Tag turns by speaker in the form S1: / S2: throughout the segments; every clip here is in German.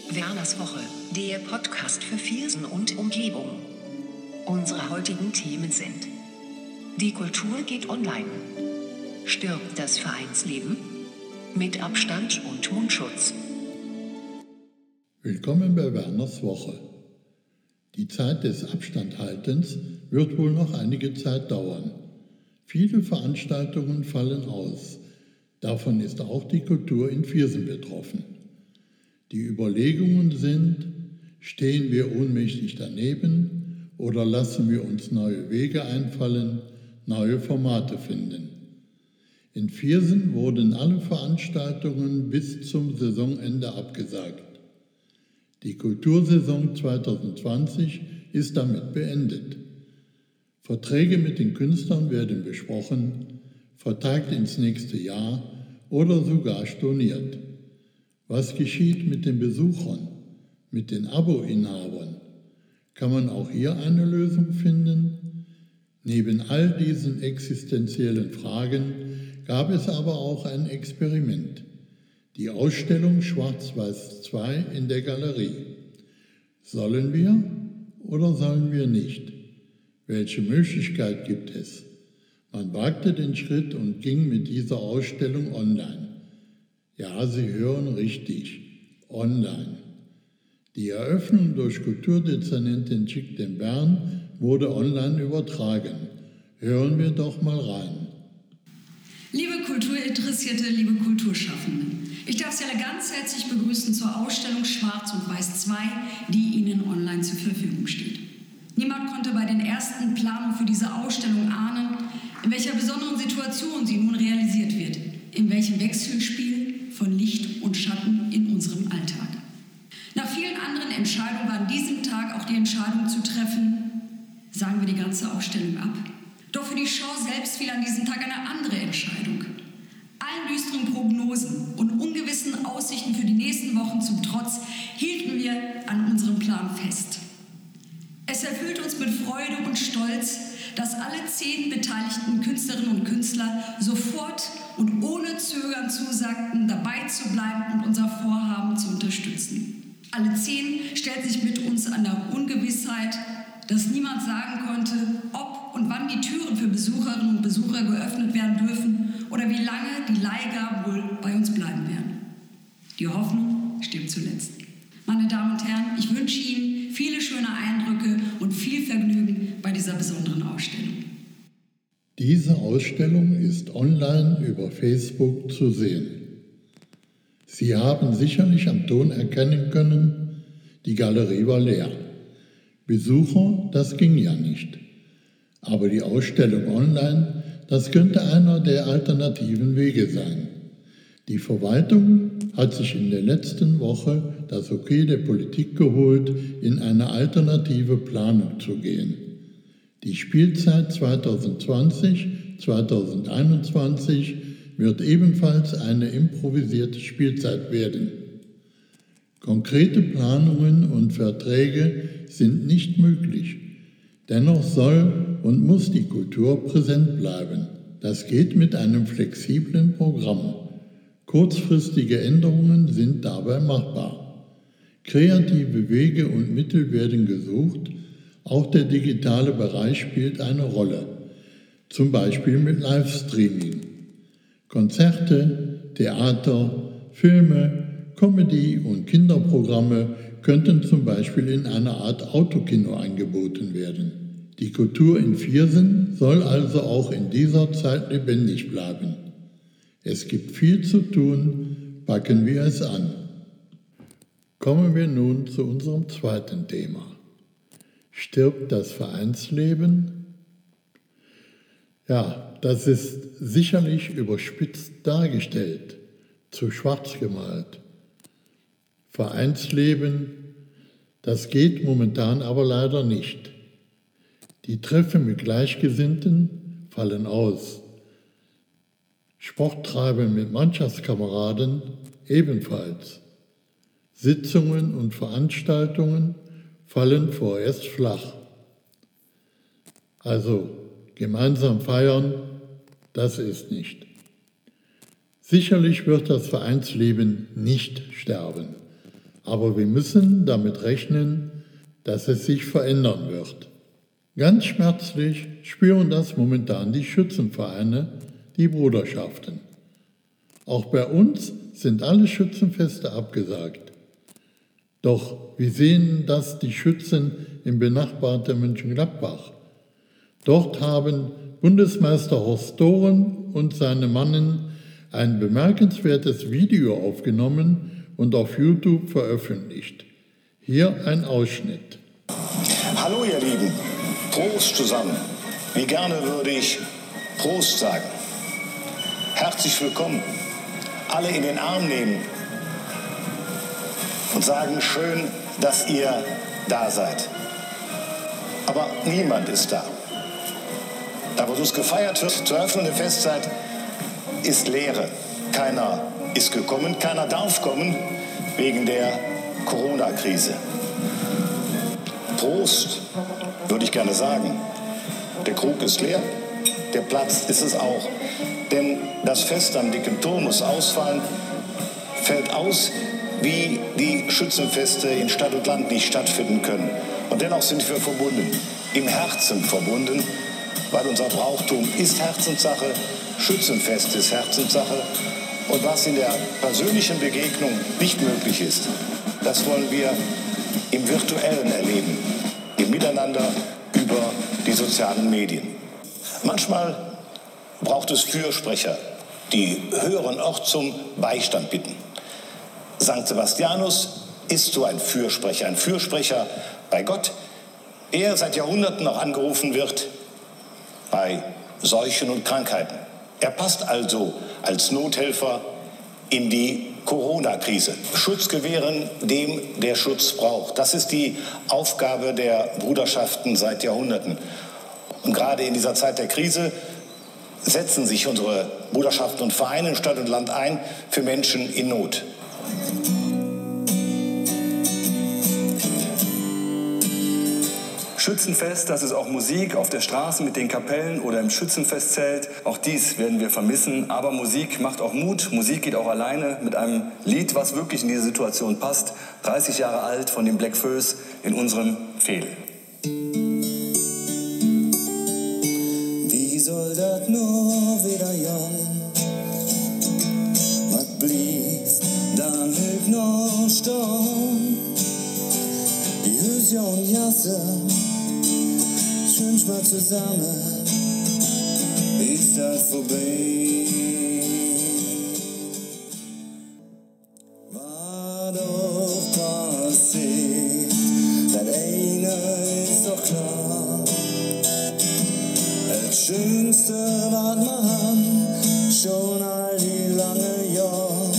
S1: Werners Woche, der Podcast für Viersen und Umgebung. Unsere heutigen Themen sind: Die Kultur geht online. Stirbt das Vereinsleben? Mit Abstand und Mundschutz.
S2: Willkommen bei Werners Woche. Die Zeit des Abstandhaltens wird wohl noch einige Zeit dauern. Viele Veranstaltungen fallen aus. Davon ist auch die Kultur in Viersen betroffen. Die Überlegungen sind: Stehen wir ohnmächtig daneben oder lassen wir uns neue Wege einfallen, neue Formate finden? In Viersen wurden alle Veranstaltungen bis zum Saisonende abgesagt. Die Kultursaison 2020 ist damit beendet. Verträge mit den Künstlern werden besprochen, vertagt ins nächste Jahr oder sogar storniert. Was geschieht mit den Besuchern, mit den Abo-Inhabern? Kann man auch hier eine Lösung finden? Neben all diesen existenziellen Fragen gab es aber auch ein Experiment: die Ausstellung Schwarz-Weiß 2 in der Galerie. Sollen wir oder sollen wir nicht? Welche Möglichkeit gibt es? Man wagte den Schritt und ging mit dieser Ausstellung online. Ja, Sie hören richtig, online. Die Eröffnung durch Kulturdezernentin Schick Bern wurde online übertragen. Hören wir doch mal rein.
S3: Liebe Kulturinteressierte, liebe Kulturschaffende, ich darf Sie alle ganz herzlich begrüßen zur Ausstellung Schwarz und Weiß 2, die Ihnen online zur Verfügung steht. Niemand konnte bei den ersten Planungen für diese Ausstellung ahnen, in welcher besonderen Situation sie nun realisiert wird, in welchem Wechselspiel von Licht und Schatten in unserem Alltag. Nach vielen anderen Entscheidungen war an diesem Tag auch die Entscheidung zu treffen: Sagen wir die ganze Ausstellung ab? Doch für die Show selbst fiel an diesem Tag eine andere Entscheidung. Allen düsteren Prognosen und ungewissen Aussichten für die nächsten Wochen zum Trotz hielten wir an unserem Plan fest. Es erfüllt uns mit Freude und Stolz, dass alle 10 beteiligten Künstlerinnen und Künstler sofort und ohne Zögern zusagten, dabei zu bleiben und unser Vorhaben zu unterstützen. Alle 10 stellten sich mit uns an der Ungewissheit, dass niemand sagen konnte, ob und wann die Türen für Besucherinnen und Besucher geöffnet werden dürfen oder wie lange die Leihgaben wohl bei uns bleiben werden. Die Hoffnung stirbt zuletzt. Meine Damen und Herren, ich wünsche Ihnen viele schöne Eindrücke und viel Vergnügen bei dieser besonderen Ausstellung.
S2: Diese Ausstellung ist online über Facebook zu sehen. Sie haben sicherlich am Ton erkennen können, die Galerie war leer. Besucher, das ging ja nicht. Aber die Ausstellung online, das könnte einer der alternativen Wege sein. Die Verwaltung hat sich in der letzten Woche das Okay der Politik geholt, in eine alternative Planung zu gehen. Die Spielzeit 2020-2021 wird ebenfalls eine improvisierte Spielzeit werden. Konkrete Planungen und Verträge sind nicht möglich. Dennoch soll und muss die Kultur präsent bleiben. Das geht mit einem flexiblen Programm. Kurzfristige Änderungen sind dabei machbar. Kreative Wege und Mittel werden gesucht. Auch der digitale Bereich spielt eine Rolle. Zum Beispiel mit Livestreaming. Konzerte, Theater, Filme, Comedy- und Kinderprogramme könnten zum Beispiel in einer Art Autokino angeboten werden. Die Kultur in Viersen soll also auch in dieser Zeit lebendig bleiben. Es gibt viel zu tun, packen wir es an. Kommen wir nun zu unserem zweiten Thema. Stirbt das Vereinsleben? Ja, das ist sicherlich überspitzt dargestellt, zu schwarz gemalt. Vereinsleben, das geht momentan aber leider nicht. Die Treffen mit Gleichgesinnten fallen aus. Sporttreiben mit Mannschaftskameraden ebenfalls. Sitzungen und Veranstaltungen fallen vorerst flach. Also gemeinsam feiern, das ist nicht. Sicherlich wird das Vereinsleben nicht sterben. Aber wir müssen damit rechnen, dass es sich verändern wird. Ganz schmerzlich spüren das momentan die Schützenvereine, die Bruderschaften. Auch bei uns sind alle Schützenfeste abgesagt. Doch wie sehen das die Schützen im benachbarten Mönchengladbach? Dort haben Bundesmeister Horst Doren und seine Mannen ein bemerkenswertes Video aufgenommen und auf YouTube veröffentlicht. Hier ein Ausschnitt.
S4: Hallo ihr Lieben, Prost zusammen. Wie gerne würde ich Prost sagen. Herzlich willkommen. Alle in den Arm nehmen und sagen, schön, dass ihr da seid. Aber niemand ist da. Da, wo es gefeiert wird, zur Eröffnung der Festzeit, ist Leere. Keiner ist gekommen, keiner darf kommen wegen der Corona-Krise. Prost, würde ich gerne sagen. Der Krug ist leer, der Platz ist es auch. Denn das Fest am Dicken Turm muss ausfallen, fällt aus, wie die Schützenfeste in Stadt und Land nicht stattfinden können. Und dennoch sind wir verbunden, im Herzen verbunden, weil unser Brauchtum ist Herzenssache, Schützenfest ist Herzenssache. Und was in der persönlichen Begegnung nicht möglich ist, das wollen wir im Virtuellen erleben, im Miteinander über die sozialen Medien. Manchmal braucht es Fürsprecher, die höheren Ort zum Beistand bitten. Sankt Sebastianus ist so ein Fürsprecher bei Gott, der seit Jahrhunderten noch angerufen wird bei Seuchen und Krankheiten. Er passt also als Nothelfer in die Corona-Krise. Schutz gewähren dem, der Schutz braucht. Das ist die Aufgabe der Bruderschaften seit Jahrhunderten. Und gerade in dieser Zeit der Krise setzen sich unsere Bruderschaften und Vereine in Stadt und Land ein für Menschen in Not.
S5: Schützenfest, das ist auch Musik auf der Straße mit den Kapellen oder im Schützenfestzelt. Auch dies werden wir vermissen. Aber Musik macht auch Mut. Musik geht auch alleine mit einem Lied, was wirklich in diese Situation passt. 30 Jahre alt von den Black Föß in unserem Fehl.
S6: Wie soll das nur wieder jung? Was blieb, dann hilft noch Sturm. Die Hüse und Jasse, schwimmst mal zusammen, ist das vorbei. War doch passiert, das eine ist doch klar. Das Schönste, was man hat, schon all die lange Jahre,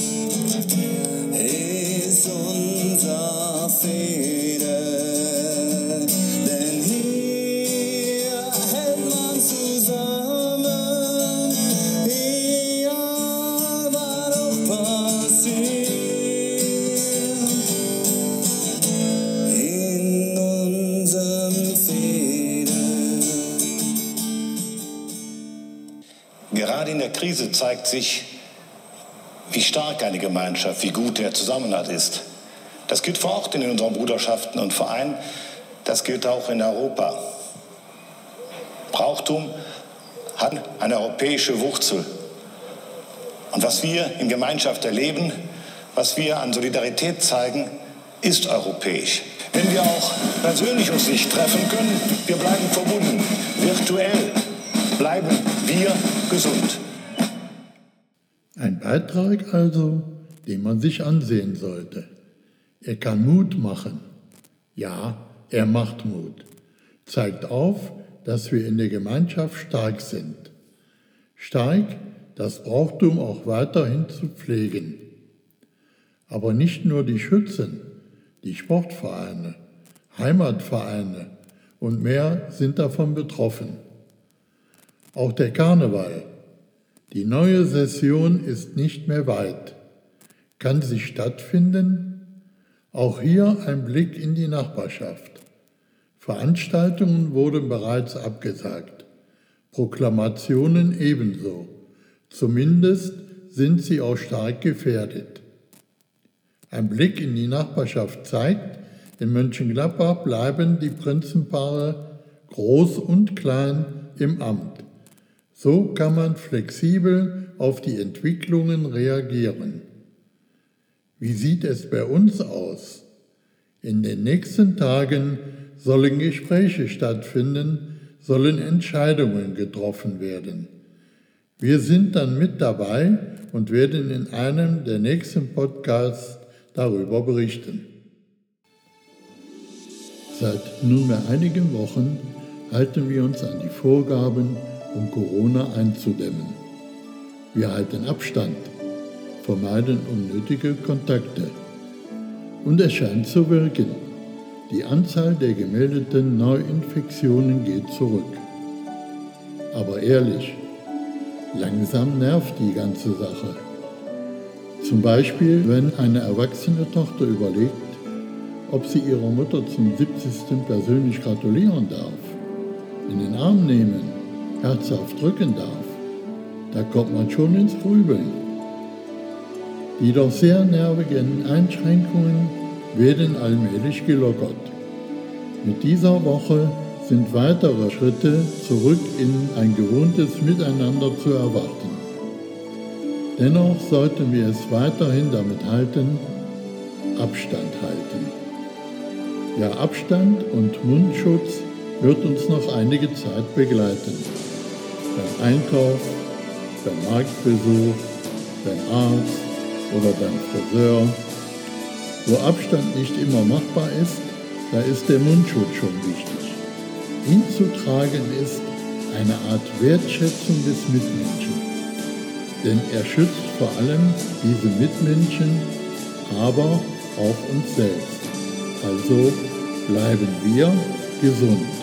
S6: ist unser Fehler. Denn hier hält man zusammen, ja, war doch passiert. In unserem Fehler.
S4: Gerade in der Krise zeigt sich, wie stark eine Gemeinschaft, wie gut der Zusammenhalt ist. Das gilt vor Ort in unseren Bruderschaften und Vereinen, das gilt auch in Europa. Brauchtum hat eine europäische Wurzel. Und was wir in Gemeinschaft erleben, was wir an Solidarität zeigen, ist europäisch. Wenn wir auch persönlich uns nicht treffen können, wir bleiben verbunden. Virtuell bleiben wir gesund.
S2: Ein Beitrag also, den man sich ansehen sollte. Er kann Mut machen. Ja, er macht Mut. Zeigt auf, dass wir in der Gemeinschaft stark sind. Stark, das Brauchtum auch weiterhin zu pflegen. Aber nicht nur die Schützen, die Sportvereine, Heimatvereine und mehr sind davon betroffen. Auch der Karneval. Die neue Session ist nicht mehr weit. Kann sie stattfinden? Auch hier ein Blick in die Nachbarschaft. Veranstaltungen wurden bereits abgesagt, Proklamationen ebenso. Zumindest sind sie auch stark gefährdet. Ein Blick in die Nachbarschaft zeigt, in Mönchengladbach bleiben die Prinzenpaare groß und klein im Amt. So kann man flexibel auf die Entwicklungen reagieren. Wie sieht es bei uns aus? In den nächsten Tagen sollen Gespräche stattfinden, sollen Entscheidungen getroffen werden. Wir sind dann mit dabei und werden in einem der nächsten Podcasts darüber berichten. Seit nunmehr einigen Wochen halten wir uns an die Vorgaben, um Corona einzudämmen. Wir halten Abstand, vermeiden unnötige Kontakte. Und es scheint zu wirken. Die Anzahl der gemeldeten Neuinfektionen geht zurück. Aber ehrlich, langsam nervt die ganze Sache. Zum Beispiel, wenn eine erwachsene Tochter überlegt, ob sie ihrer Mutter zum 70. persönlich gratulieren darf, in den Arm nehmen, herzhaft drücken darf, da kommt man schon ins Grübeln. Die doch sehr nervigen Einschränkungen werden allmählich gelockert. Mit dieser Woche sind weitere Schritte zurück in ein gewohntes Miteinander zu erwarten. Dennoch sollten wir es weiterhin damit halten, Abstand halten. Ja, Abstand und Mundschutz wird uns noch einige Zeit begleiten. Beim Einkauf, beim Marktbesuch, beim Arzt oder beim Friseur. Wo Abstand nicht immer machbar ist, da ist der Mundschutz schon wichtig. Ihn zu tragen ist eine Art Wertschätzung des Mitmenschen. Denn er schützt vor allem diese Mitmenschen, aber auch uns selbst. Also bleiben wir gesund.